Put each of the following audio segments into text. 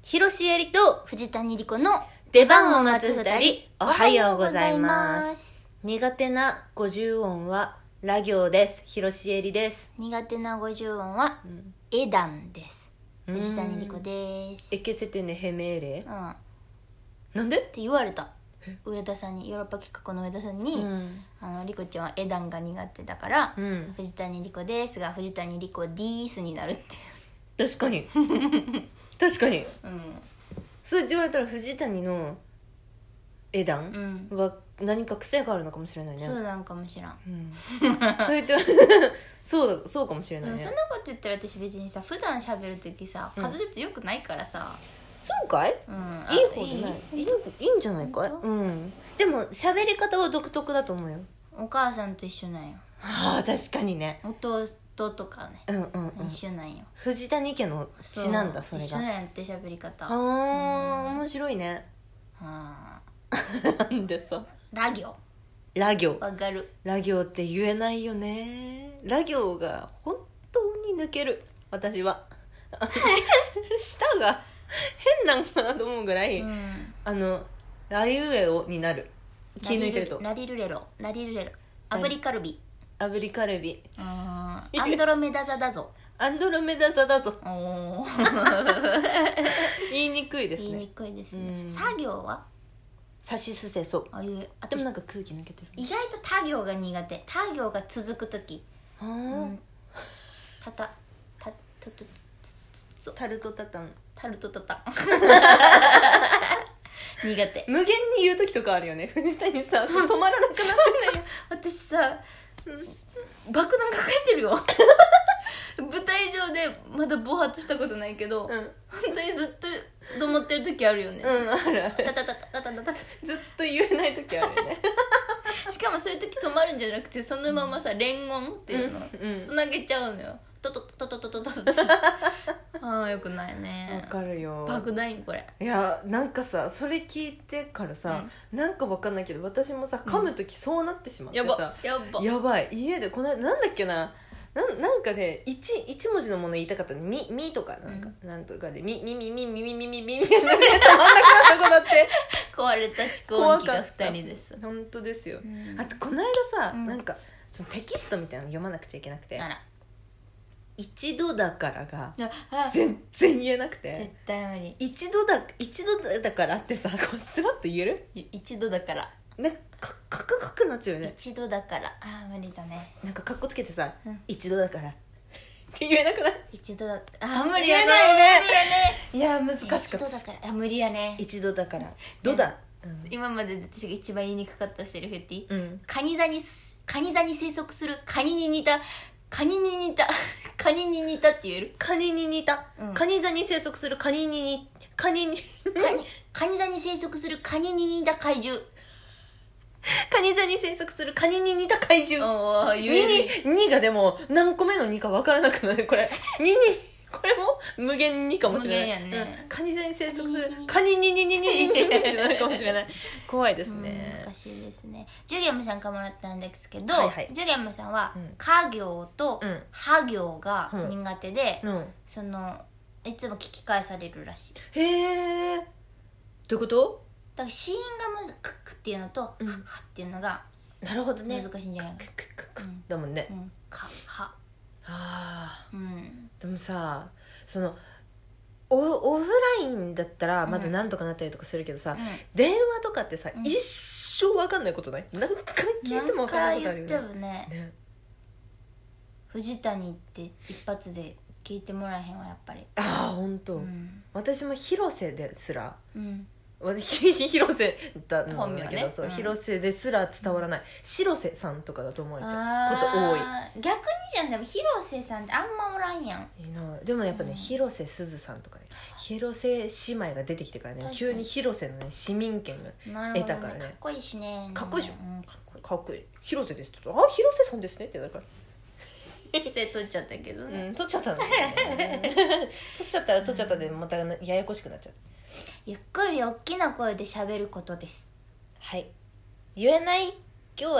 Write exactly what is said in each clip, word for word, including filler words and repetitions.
広しえりと藤谷莉子の出番を待つ二人、おはようございます。苦手な五十音はラ行です。広しえりです。 苦手な五十音は、うん、エダンです。藤谷莉子です。 えけせてねへめーれ、 うん、 なんでって言われた。上田さんに、ヨーロッパ企画の上田さんに、うん、あの莉子ちゃんはエダンが苦手だから、うん、藤谷莉子ですが藤谷莉子ディースになるっていう。 確かに確かに、うん、そうって言われたら藤谷のエダンは何か癖があるのかもしれないね。 そうなんかもしれん、うん、 そう言ってそうだ、そうかもしれないね。 でもそんなこと言ったら私別にさ、普段喋るときさ、滑舌良くないからさ、うん、 そうかい、うん、いい方じゃない、いい、いいんじゃないかい、うん、でも喋り方は独特だと思うよ。 お母さんと一緒なんよ。 はあ、確かにね。 弟とかね、うんうんうん、一緒なんよ。 藤谷家の血なんだ、それが。 一緒なんやって喋り方。 ああ、うん、面白いね。はあなんでさラ行ラ行わかる。 ラ行って言えないよね。ラ行が本当に抜ける、私は舌が変なんかなと思うぐらい、うん、あのライウエオになる、気抜いてると。 ラリルレロラリルレロ炙りカルビ炙りカルビ、 あアンドロメダ座だぞアンドロメダ座だぞお言いにくいですね。 言いにくいですね。作業はさしすせそ。あいう、でもなんか空気抜けてる。 意外と他行が苦手。他行が続くとき、うん、たたたとととタルトタタンタルトタタン苦手。 無限に言うときとかあるよね。藤谷さ止まらなくなってない私さ、爆弾抱えてるよ舞台上でまだ暴発したことないけど、うん、本当にずっとと思ってる時あるよね。 うん、あるある。 タタタタタタタずっと言えない時あるよねしかもそういう時止まるんじゃなくて、そのままさ、連音っていうのをつなげちゃうのよ。トトトトトトトトああ、よくないね。 わかるよ。 爆弾これ。 いや、なんかさ、それ聞いてからさ、うん、なんかわかんないけど私もさ、噛む時そうなってしまってさ、うん、やばやばやばい。家でこのなんだっけな、な, なんかで、ね、一, 一文字のもの言いたかったの。みみとかなんか、うん、なんとかでみみみみみみみみみみみ止まんなくなった子だって壊れた蓄音機がふたりです。 本当ですよ、うん、あとこの間さ、うん、なんかそのテキストみたいなの読まなくちゃいけなくて、あら一度だからが全然言えなくて。 絶対無理。 一度だ一度だからってさ、こうスラッと言える？ 一度だからなんかカクカクなっちゃうよね。 一度だから、ああ無理だね。 なんかカッコつけてさ、うん、一度だからって言えなくない？ 一度だ、ああ無理やね。 言えないよね。 無理やね。 いや難しかった。 一度だから、あ無理やね。 一度だからどだ、 うん、今までで私が一番言いにくかったセリフ言っていい？うん、カニ座にカニ座に生息するカニに似たカニに似たカニに似たって言える？ カニに似た、うん、カニ座に生息するカニに似カニにカニカニ座に生息するカニに似た怪獣。 カニ座に生息するカニに似た怪獣。にににがでも何個目のにか分からなくなるこれ。ににこれも無限にかもしれない。 無限やね、 うん、カニ座に生息するカニににににってなるかもしれない。怖いですね。 難しいですね。ジュリアムさんからもらったんですけど、はいはい、ジュリアムさんは、うん、家行とは行が苦手で、うんうん、そのいつも聞き返されるらしい。 へえ。どういうこと？ だから子音がむずクックっていうのと、うん、はっていうのがなるほどね、 難しいんじゃないの？ クッククックだもんね、 うん、かはあ、うん、でもさ、その オ, オフラインだったらまだなんとかなったりとかするけどさ、うん、電話とかってさ、うん、一生分かんないことない？何回聞いても分かんないことあるよね。 何回言ってもね、ね、藤谷って一発で聞いてもらえへんわやっぱり。 ああ本当、うん、私も広瀬ですら、うん広瀬だなんだけど、ね、そう、うん、広瀬ですら伝わらない。白瀬さんとかだと思われちゃうこと多い。 逆にじゃん。でも広瀬さんってあんまおらんやん。 いいな。でもやっぱね、うん、広瀬すずさんとかね、広瀬姉妹が出てきてからね、急に広瀬のね市民権が得たからね。 かっこいいしね。 かっこいいでしょ、うん、かっこいい。かっこいい。広瀬ですって言うと、あ、広瀬さんですねってなるから規制取っちゃったけどね、 うん、取っちゃったんだね取っちゃったら取っちゃったでまたややこしくなっちゃう。 ゆっくり大きな声で喋ることです。 はい。言えない今日は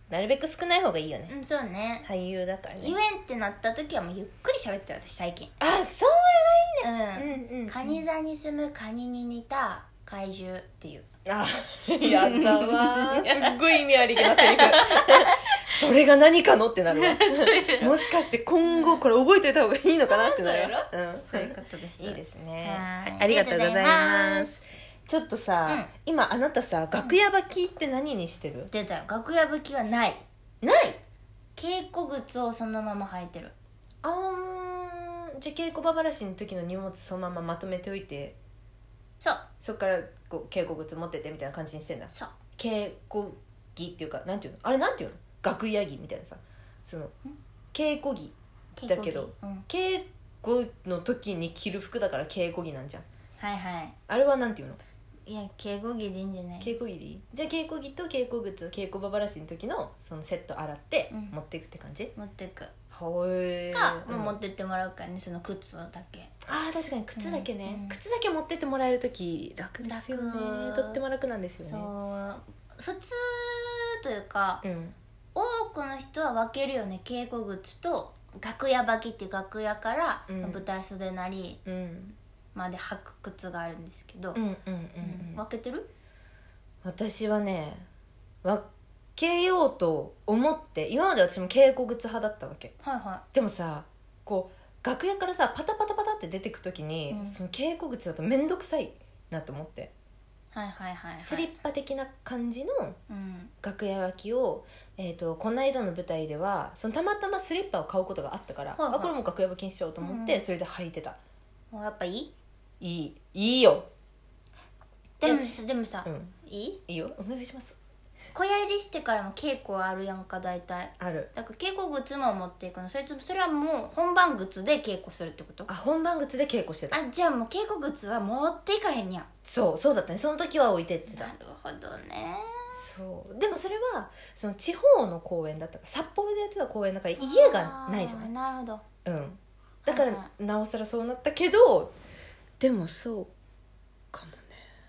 なるべく少ない方がいいよね、 うん、そうね、 俳優だからね。 言えんってなった時はもうゆっくり喋ってる私最近。 あ、それがいいね。うんうんうん、 カニ座に住むカニに似た怪獣っていう。 あ、やだわすっごい意味ありげなセリフそれが何かのってなるわもしかして今後これ覚えておいた方がいいのかなってなるよ、 うん、そういうことです。 いいですね、 はい、 ありがとうございます。ちょっとさ、うん、今あなたさ楽屋履きって何にしてる、うん、 出たよ。楽屋履きはないない稽古靴をそのまま履いてる。 あー、じゃあ稽古場話の時の荷物そのまままとめておいて、 そうそっからこう稽古靴持っててみたいな感じにしてんだ。そう稽古着っていうかなんていうのあれなんていうの楽屋着みたいなさ、その稽古着だけど、うん、稽古の時に着る服だから稽古着なんじゃん。 はいはい。 あれはなんていうの？ いや稽古着でいいんじゃない？ 稽古着でいい？じゃあ稽古着と稽古靴稽古場話の時のそのセット洗って持っていくって感じ？ うん、持っていくへか、もう持ってってもらうからね、その靴だけ。 ああ確かに靴だけね、うん、靴だけ持ってってもらえる時楽ですよね。とっても楽なんですよね。 そう普通というか、うん、多くの人は分けるよね。稽古靴と楽屋履きっていう楽屋から、うん、舞台袖なり、うんまで履く靴があるんですけど、うんうんうんうん、分けてる？ 私はね分けようと思って今まで私も稽古靴派だったわけ、はいはい、でもさこう楽屋からさパタパタパタって出てく時に、うん、その稽古靴だとめんどくさいなと思って、はいはいはいはい、スリッパ的な感じの楽屋脇を、えーと、この間の舞台ではそのたまたまスリッパを買うことがあったから、はいはい、あこれも楽屋脇にしようと思って、うん、それで履いてた。 もうやっぱいい？ いいいいよ。 でもさでもさ、うん、いい？ いいよお願いします。 小屋入りしてからも稽古あるやんか大体。 ある。 だから稽古靴も持っていくの？それともそれはもう本番靴で稽古するってこと？ あ本番靴で稽古してた。 あじゃあもう稽古靴は持っていかへんやん。 そうそうだったね。その時は置いてってた。 なるほどね。 そうでもそれはその地方の公演だったから札幌でやってた公演だから家がないじゃない。 なるほど。 うんだからなおさらそうなったけどでもそうかもね。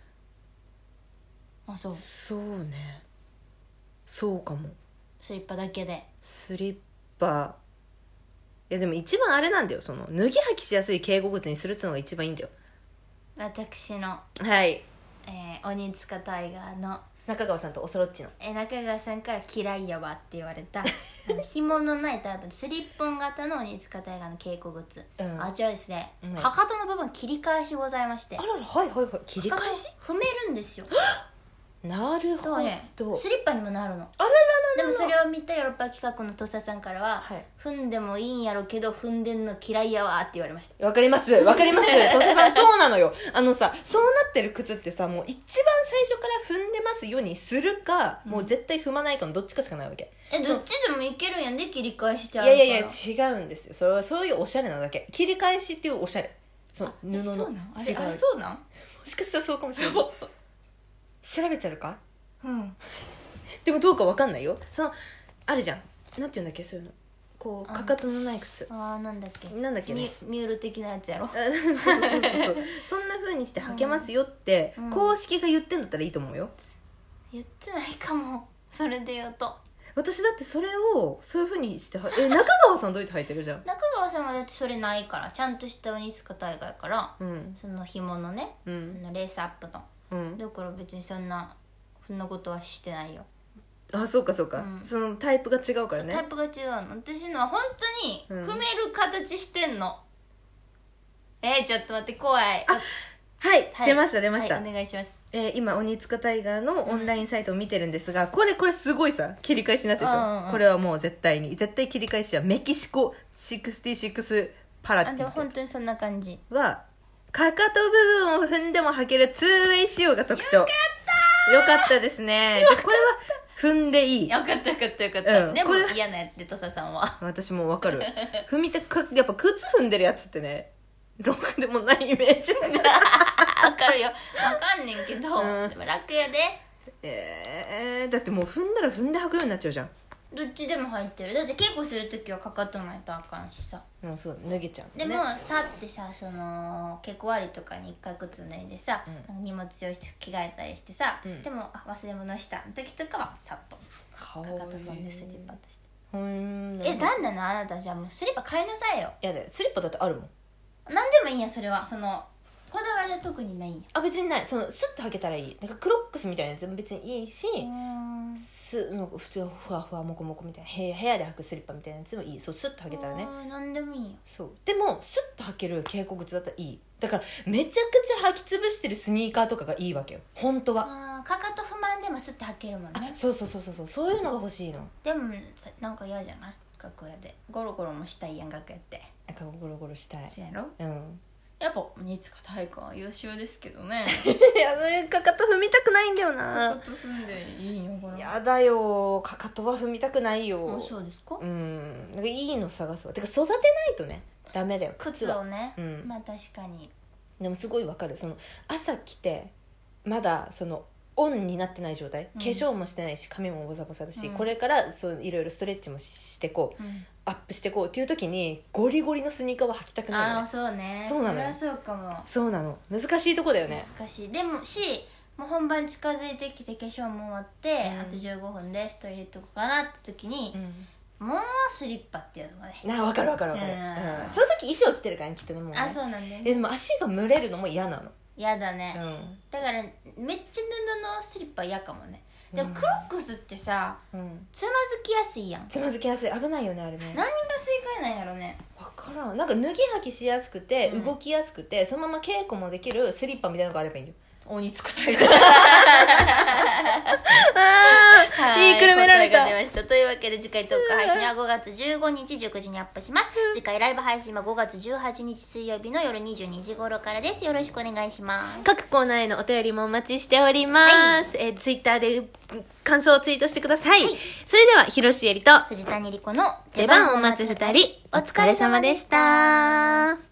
あそうそうねそうかも。 スリッパだけで。 スリッパいやでも一番あれなんだよ、その脱ぎ履きしやすい稽古靴にするっていうのが一番いいんだよ。 私のはい、 えー、鬼塚タイガーの中川さんとおそろっちの、 えー、中川さんから嫌いやわって言われた紐のないタイプのスリッポン型の鬼塚タイガーの稽古靴、うん、あちらですね、うん、かかとの部分切り返しございまして、 あららはいはいはい切り返し踏めるんですよなるほど、 ね、スリッパにもなるの。 あららららでもそれを見たヨーロッパ企画の土佐さんからは、はい、踏んでもいいんやろけど踏んでんの嫌いやわって言われました。 わかりますわかります土佐さんそうなのよ。あのさそうなってる靴ってさもう一番最初から踏んでますようにするか、うん、もう絶対踏まないかのどっちかしかないわけ。 えどっちでもいけるんやんで切り返してあるから。 いやいやいや違うんですよ。それはそういうおしゃれなだけ。切り返しっていうおしゃれその布のそうなんあれあれそうなんもしかしたらそうかもしれない調べちゃうかうんでもどうか分かんないよ。そのあるじゃんなんていうんだっけそういうのこうかかとのない靴。 ああなんだっけなんだっけねミュール的なやつやろそうそうそうそうそんな風にして履けますよって、うん、公式が言ってんだったらいいと思うよ。 言ってないかもそれで言うと。 私だってそれをそういう風にしてえ中川さんどうやって履いてるじゃん。 中川さんはだってそれないからちゃんとした鬼塚大会から、うん、その紐のね、うん、のレースアップの、うん、だから別にそんなそんなことはしてないよ。 あそうかそうか、うん、そのタイプが違うからね。 タイプが違うの。私のは本当に組める形してんの、うん、えー、ちょっと待って怖い。 あはい、はい、出ました出ました、 はい、お願いします。 えー、今鬼塚タイガーのオンラインサイトを見てるんですが、うん、これこれすごいさ切り返しになってるでしょ、うんうん、これはもう絶対に絶対切り返しはメキシコろくじゅうろくパラって言って、あでも本当にそんな感じはかかと部分を踏んでも履けるツーウェイ仕様が特徴。よかったよかったですね。これは踏んでいい。 よかったよかったよかった、うん、でも嫌なやって土佐さんは私も分かる踏みたかやっぱ靴踏んでるやつってねろくでもないイメージわかるよわかんねんけど、うん、でも楽やで。 えー、だってもう踏んだら踏んで履くようになっちゃうじゃん。 どっちでも入ってる。だって稽古するときはかかとないとあかんしさ。 うん、そう脱げちゃう、 ね、でもさってさその稽古終わりとかに一回靴脱いでさ、うん、荷物用意して着替えたりしてさ、うん、でもあ忘れ物した時とかはさっとかかと踏んでスリッパとして。 ほんえ、なんなのあなた。じゃあもうスリッパ買いなさいよ。 いやだよ、スリッパだってあるもん。 なんでもいいんやそれは。そのこだわりは特にないんや。 あ、別にない。そのスッと履けたらいい。なんかクロックスみたいなやつも別にいいし、すなんか普通ふわふわもこもこみたいな部屋部屋で履くスリッパみたいなやつもいい。そうスッと履けたらね。 なんでもいいよ。 そうでもスッと履ける稽古靴だったらいい。だからめちゃくちゃ履き潰してるスニーカーとかがいいわけよ本当は。 あかかと不満でもスッて履けるもんね。 そうそうそうそうそうそういうのが欲しいの。 でもなんか嫌じゃない？楽屋でゴロゴロもしたいやん楽屋って。 なんかゴロゴロしたい。 そうやろ？ うん。 やっぱ新塚大会は優秀ですけどね。 いやかかと踏みたくないんだよな。 かかと踏んでいいのかな。 やだよかかとは踏みたくないよ。 そうですか？ うんなんかいいの探すわ。てか育てないとねダメだよ靴をね、うん、まあ確かに。 でもすごいわかる。その朝来てまだそのオンになってない状態、うん、化粧もしてないし髪もボサボサだし、うん、これからそういろいろストレッチもしてこう、うん、アップしてこうっていう時にゴリゴリのスニーカーは履きたくないのね。 ああそうね。 そうなの。 それはそうかも。 そうなの。難しいとこだよね。 難しい。でもしもう本番近づいてきて化粧も終わって、うん、あとじゅうごふんですトイレとこうかなって時に、うん、もうスリッパっていうのがね。 あ分かる分かる分かる、うんうん、その時衣装着てるからねきっとねもうね。 あそうなんだよね。 でも足が蒸れるのも嫌なの。 嫌だね、うん、だからめっちゃ布のスリッパ嫌かもね。でもクロックスってさ、うん、つまずきやすいやん。 つまずきやすい。危ないよねあれね。 何が正解なんやろね。 分からん。なんか脱ぎ履きしやすくて、うん、動きやすくてそのまま稽古もできるスリッパみたいなのがあればいいんだよ。鬼つくタイプ。言いくるめられた。 答えが出ました。というわけで次回トーク配信はごがつじゅうごにちじゅうくじにアップします。次回ライブ配信はごがつじゅうはちにち水曜日の夜にじゅうにじ頃からです。よろしくお願いします。 各コーナーへのお便りもお待ちしております。はい、えー、ツイッターで感想をツイートしてください。はい、それでは広瀬えりと藤谷莉子の出番を待つ二人お疲れ様でした。